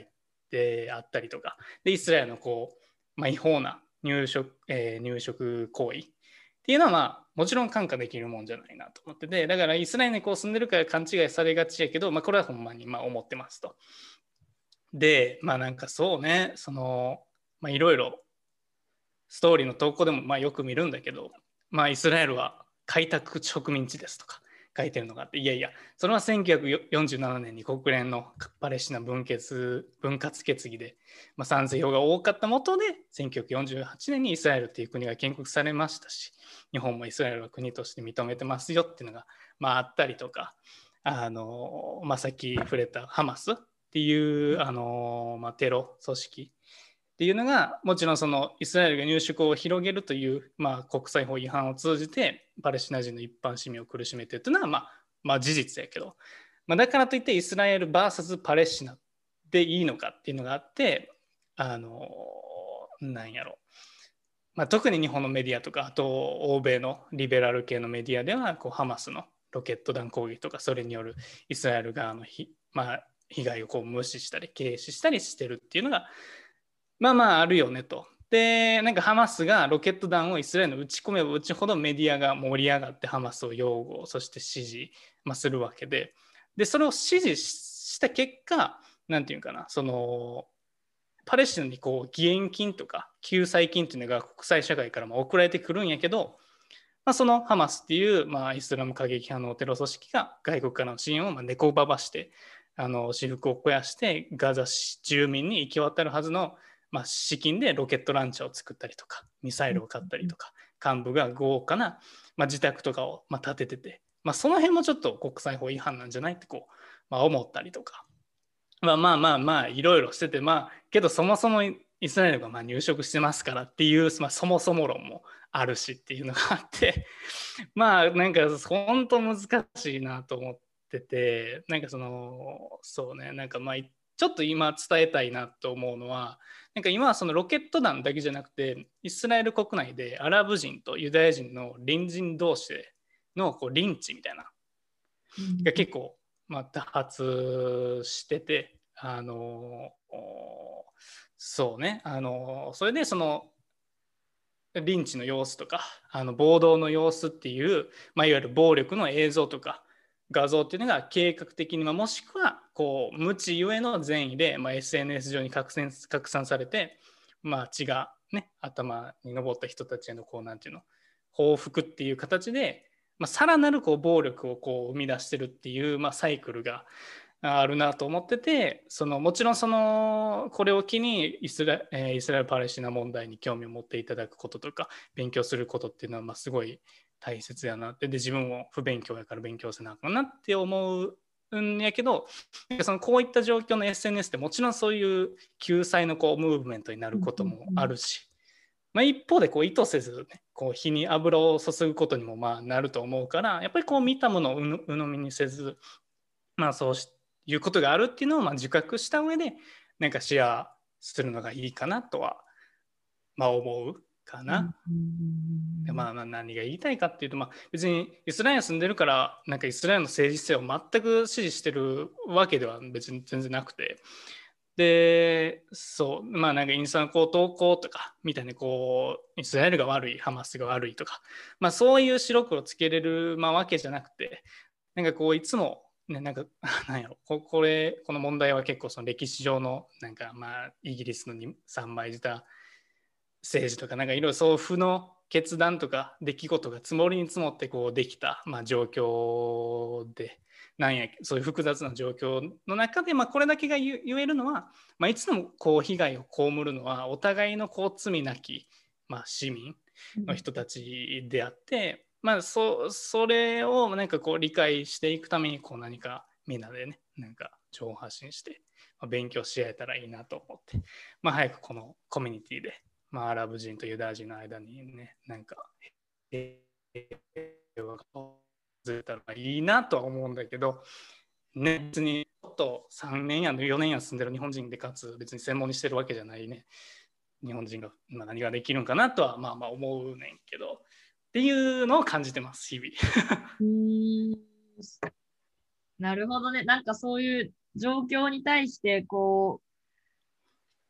であったりとか、でイスラエルのこう、まあ、違法な入植、えー入植行為っていうのは、まあ、もちろん看過できるもんじゃないなと思ってて、だからイスラエルにこう住んでるから勘違いされがちやけど、まあ、これはほんまにまあ思ってますと。で、まあなんかそうね、その、まあいろいろストーリーの投稿でもまあよく見るんだけど、まあイスラエルは開拓植民地ですとか書いてるのがあって、いやいや、それはせんきゅうひゃくよんじゅうななねんに国連のパレスチナ分決分割決議で、まあ、賛成票が多かったもとでせんきゅうひゃくよんじゅうはちねんにイスラエルっていう国が建国されましたし、日本もイスラエルは国として認めてますよっていうのが、まあ、あったりとか、あの、まあ、さっき触れたハマスっていうあの、まあ、テロ組織っていうのが、もちろんそのイスラエルが入植を広げるという、まあ、国際法違反を通じてパレスチナ人の一般市民を苦しめているというのは、まあ、まあ事実やけど、まあ、だからといってイスラエル ブイエス パレスチナでいいのかっていうのがあって、あのなんやろ、まあ、特に日本のメディアとか、あと欧米のリベラル系のメディアではこうハマスのロケット弾攻撃とか、それによるイスラエル側のひ、まあ、被害をこう無視したり軽視したりしてるっていうのがまあまああるよねと。で、なんかハマスがロケット弾をイスラエルの撃ち込めば撃ちほどメディアが盛り上がってハマスを擁護、そして支持、まあ、するわけで、で、それを支持した結果、なんていうかな、その、パレスチナにこう義援金とか救済金っていうのが国際社会からも送られてくるんやけど、まあ、そのハマスっていう、まあ、イスラム過激派のテロ組織が外国からの支援をまあ猫ばばしてあの私腹を肥やしてガザ住民に行き渡るはずの、まあ、資金でロケットランチャーを作ったりとかミサイルを買ったりとか、幹部が豪華な、まあ、自宅とかをまあ建ててて、まあ、その辺もちょっと国際法違反なんじゃないってこう、まあ、思ったりとか、まあまあまあまあいろいろしてて、まあけどそもそもイスラエルがまあ入植してますからっていう、まあ、そもそも論もあるしっていうのがあってまあなんか本当難しいなと思ってて、なんかそのそうね、なんかまあちょっと今伝えたいなと思うのは、なんか今はそのロケット弾だけじゃなくてイスラエル国内でアラブ人とユダヤ人の隣人同士のこうリンチみたいなが結構まあ多発してて、あのそうね、あのそれでそのリンチの様子とかあの暴動の様子っていう、まあ、いわゆる暴力の映像とか画像っていうのが計画的に、まあ、もしくはこう無知ゆえの善意で、まあ、エスエヌエス 上に拡散、拡散されて、まあ、血が、ね、頭に上った人たちへのこうなんていうの報復っていう形で、まあ、さらなるこう暴力をこう生み出してるっていう、まあ、サイクルがあるなと思ってて、そのもちろんそのこれを機にイスラ、えー、イスラエル・パレスチナ問題に興味を持っていただくこととか勉強することっていうのはまあすごい大切やなって、で自分も不勉強やから勉強せなあかんなって思うんやけど、そのこういった状況の エスエヌエス ってもちろんそういう救済のこうムーブメントになることもあるし、まあ、一方でこう意図せず、ね、こう火に油を注ぐことにもまあなると思うから、やっぱりこう見たものを鵜呑みにせず、まあそうしていうことがあるっていうのをまあ自覚した上でなんかシェアするのがいいかなとはまあ思うかな。でまあ何が言いたいかっていうと、まあ別にイスラエルに住んでるからなんかイスラエルの政治性を全く支持してるわけでは別に全然なくて、でそうまあなんかインスタのこう投稿とかみたいにこうイスラエルが悪いハマスが悪いとか、まあそういう白黒つけれる、まあ、わけじゃなくて、なんかこういつもね、なんかなんやろ こ, これこの問題は結構その歴史上のなんかまあイギリスのさんばい舌政治とかなんかいろいろそう負の決断とか出来事が積もりに積もってこうできた、まあ、状況でなんやそういう複雑な状況の中で、まあ、これだけが 言, 言えるのは、まあ、いつでもこう被害を被るのはお互いのこう罪なき、まあ、市民の人たちであって、まあ、そ, それをなんかこう理解していくためにこう何かみんなでねなんか情報発信して、まあ、勉強し合えたらいいなと思って、まあ、早くこのコミュニティで、まあ、アラブ人とユダヤ人の間にねなんか平和がずれたらいいなとは思うんだけど、ね、別にちょっとさんねんやよねんや住んでる日本人でかつ別に専門にしてるわけじゃないね日本人が何ができるんかなとはまあまあ思うねんけどっていうのを感じてます日々 うーんなるほどね。なんかそういう状況に対してこ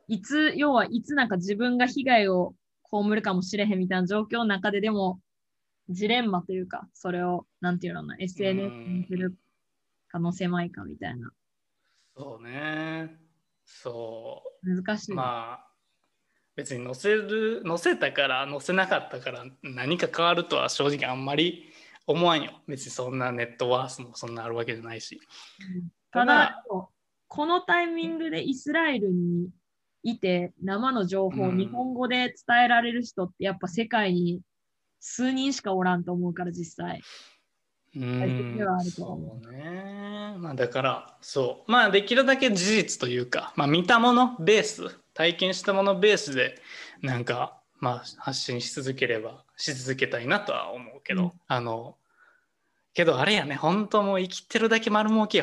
いつ、要はいつなんか自分が被害を被るかもしれへんみたいな状況の中ででも、ジレンマというか、それを、なんていうのかな、 うエスエヌエス にすん、 る可能性もないかみたいな。 そうね。そ難しう。 いね。 まあ、別に載せる、載せたから載せなかったから何か変わるとは正直あんまり思わんよ。別にそんなネットワースもそんなあるわけじゃないし。 うんたただ、 だ、 このタイミングでイスラエルにいて、生の情う報を日ん、 本語で伝えられる人ってやっぱ世界に数人しかおらんと思うから実際。 う大切でん、 はあるとは思う。 そうね。まあだから、そう。まあできるだけ事実というか、まあ見たものベース、体験したものベースで、なんか、まあ発信し続ければ、し続けたいなとは思うけど、 うん、 あの、けどあれやね、本当もう生きてるだけ丸儲けよ。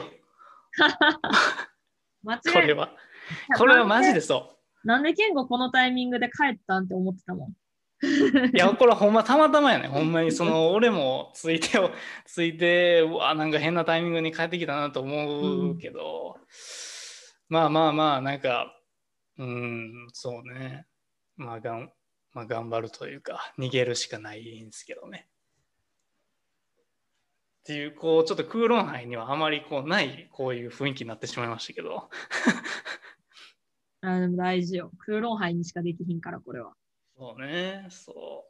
間違いない。 これは。これはなんで、 マジでそう。 なんで健吾このタイミングで帰ったんって思ってたもん。 いや、これはほんまたまたまやね。ほんまにその、俺もついてを、ついて、うわ、なんか変なタイミングに帰ってきたなと思うけど、まあまあまあ、なんか、うん、そうね。まあ、がん、まあ、頑張るというか、逃げるしかないんですけどね。っていう、こう、ちょっと空論杯にはあまりこうない、こういう雰囲気になってしまいましたけど。 あでも大事よ。空論杯にしかできひんから、これは。 そうね、そう。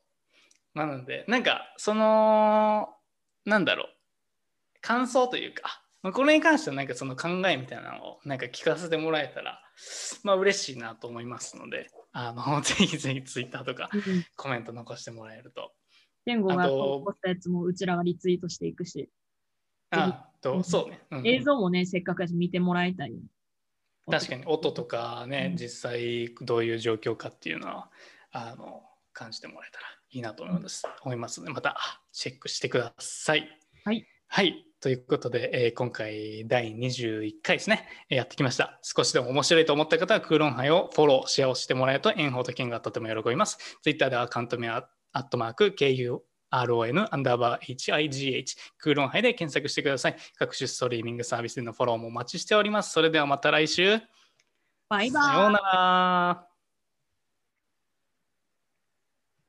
なので、なんか、その、なんだろう、感想というか、まあ、これに関してはなんかその考えみたいなのをなんか聞かせてもらえたら、まあ嬉しいなと思いますので、あの、ぜひぜひツイッターとかうん。 コメント残してもらえると。 健吾あが投稿と、 したやつもうちらがリツイートしていくし、ぜひ、 あと、 うん、 そうね、うんうん、 映像もね、せっかくやし見てもらいたいよね。 確かに音とかね、 うん、 実際どういう状況かっていうのは、あの、感じてもらえたらいいなと思います。思いますので、またチェックしてください。 はい。 はい。ということで、えー今回だいにじゅういっかいですね、やってきました。少しでも面白いと思った方は、クーロン杯をフォロー、シェアをしてもらえると、炎鵬と剣がとても喜びます。Twitter ではアカウント名は、アットマーク、ケーユーアールオーエヌ、アンダーバー エイチアイジーエイチ、クーロン杯で検索してください。各種ストリーミングサービスでのフォローもお待ちしております。それではまた来週。 バイバーイ。 さようなら。